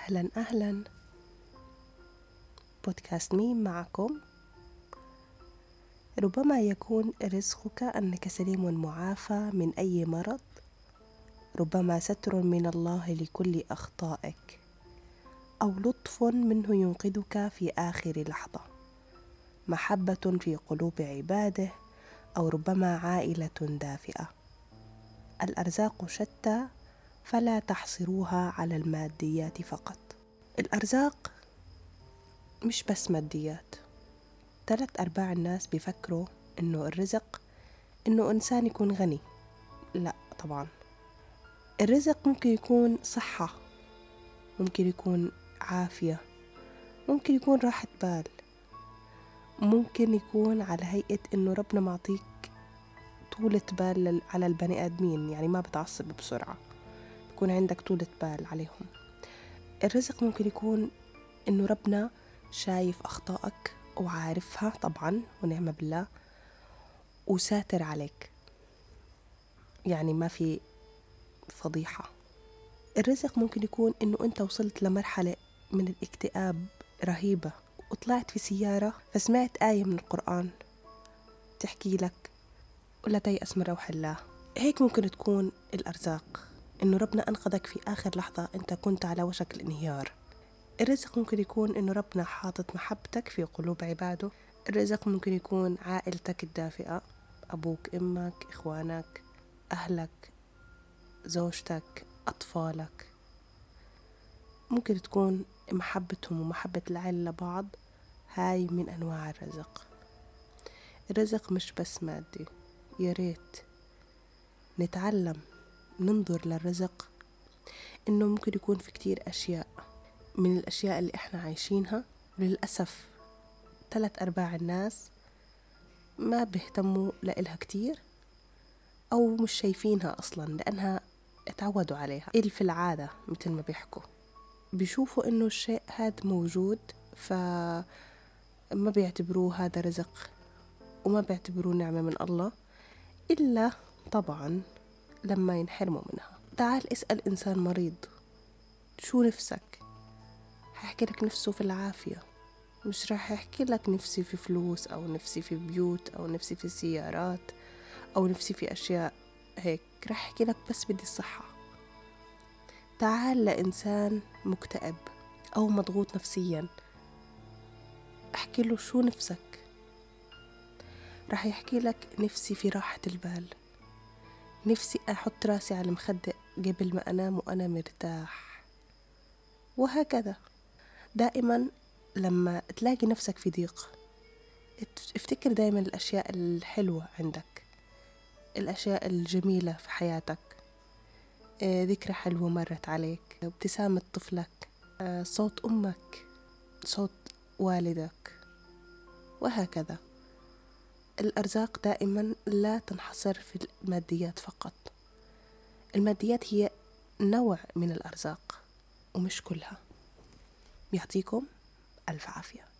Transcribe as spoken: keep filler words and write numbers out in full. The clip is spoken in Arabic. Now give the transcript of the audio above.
أهلا أهلا، بودكاست ميم معكم. ربما يكون رزقك أنك سليم معافى من أي مرض، ربما ستر من الله لكل أخطائك، أو لطف منه ينقذك في آخر لحظة، محبة في قلوب عباده، أو ربما عائلة دافئة. الأرزاق شتى، فلا تحصروها على الماديات فقط. الأرزاق مش بس ماديات. ثلاث أرباع الناس بيفكروا إنه الرزق إنه إنسان يكون غني. لا طبعا، الرزق ممكن يكون صحة، ممكن يكون عافية، ممكن يكون راحة بال، ممكن يكون على هيئة إنه ربنا معطيك طولة بال على البني آدمين، يعني ما بتعصب بسرعة، يكون عندك طولة بال عليهم. الرزق ممكن يكون إنه ربنا شايف أخطائك وعارفها طبعا ونعم بالله وساتر عليك، يعني ما في فضيحة. الرزق ممكن يكون إنه أنت وصلت لمرحلة من الاكتئاب رهيبة وطلعت في سيارة فسمعت آية من القرآن تحكي لك ولا تيأس من روح الله. هيك ممكن تكون الأرزاق، إنه ربنا أنقذك في آخر لحظة أنت كنت على وشك الانهيار. الرزق ممكن يكون إنه ربنا حاطط محبتك في قلوب عباده. الرزق ممكن يكون عائلتك الدافئة، أبوك، أمك، إخوانك، أهلك، زوجتك، أطفالك. ممكن تكون محبتهم ومحبة العائلة لبعض، هاي من أنواع الرزق. الرزق مش بس مادي. يا ريت نتعلم ننظر للرزق إنه ممكن يكون في كتير أشياء من الأشياء اللي إحنا عايشينها. للأسف ثلاث أرباع الناس ما بيهتموا لإلها كتير، أو مش شايفينها أصلا لأنها اتعودوا عليها. إل في العادة مثل ما بيحكوا، بيشوفوا إنه الشيء هذا موجود فما بيعتبروه هذا رزق وما بيعتبروه نعمة من الله، إلا طبعا لما ينحرموا منها. تعال اسأل إنسان مريض شو نفسك، هيحكي لك نفسه في العافية، مش راح يحكي لك نفسي في فلوس أو نفسي في بيوت أو نفسي في سيارات أو نفسي في أشياء هيك، راح يحكي لك بس بدي الصحة. تعال لإنسان مكتئب أو مضغوط نفسيا، احكي له شو نفسك، راح يحكي لك نفسي في راحة البال، نفسي أحط راسي على المخدة قبل ما أنام وأنا مرتاح. وهكذا دائما لما تلاقي نفسك في ضيق افتكر دائما الأشياء الحلوة عندك، الأشياء الجميلة في حياتك، ذكرى حلوة مرت عليك، ابتسامة طفلك، صوت أمك، صوت والدك، وهكذا. الأرزاق دائما لا تنحصر في الماديات فقط. الماديات هي نوع من الأرزاق ومش كلها. يعطيكم ألف عافية.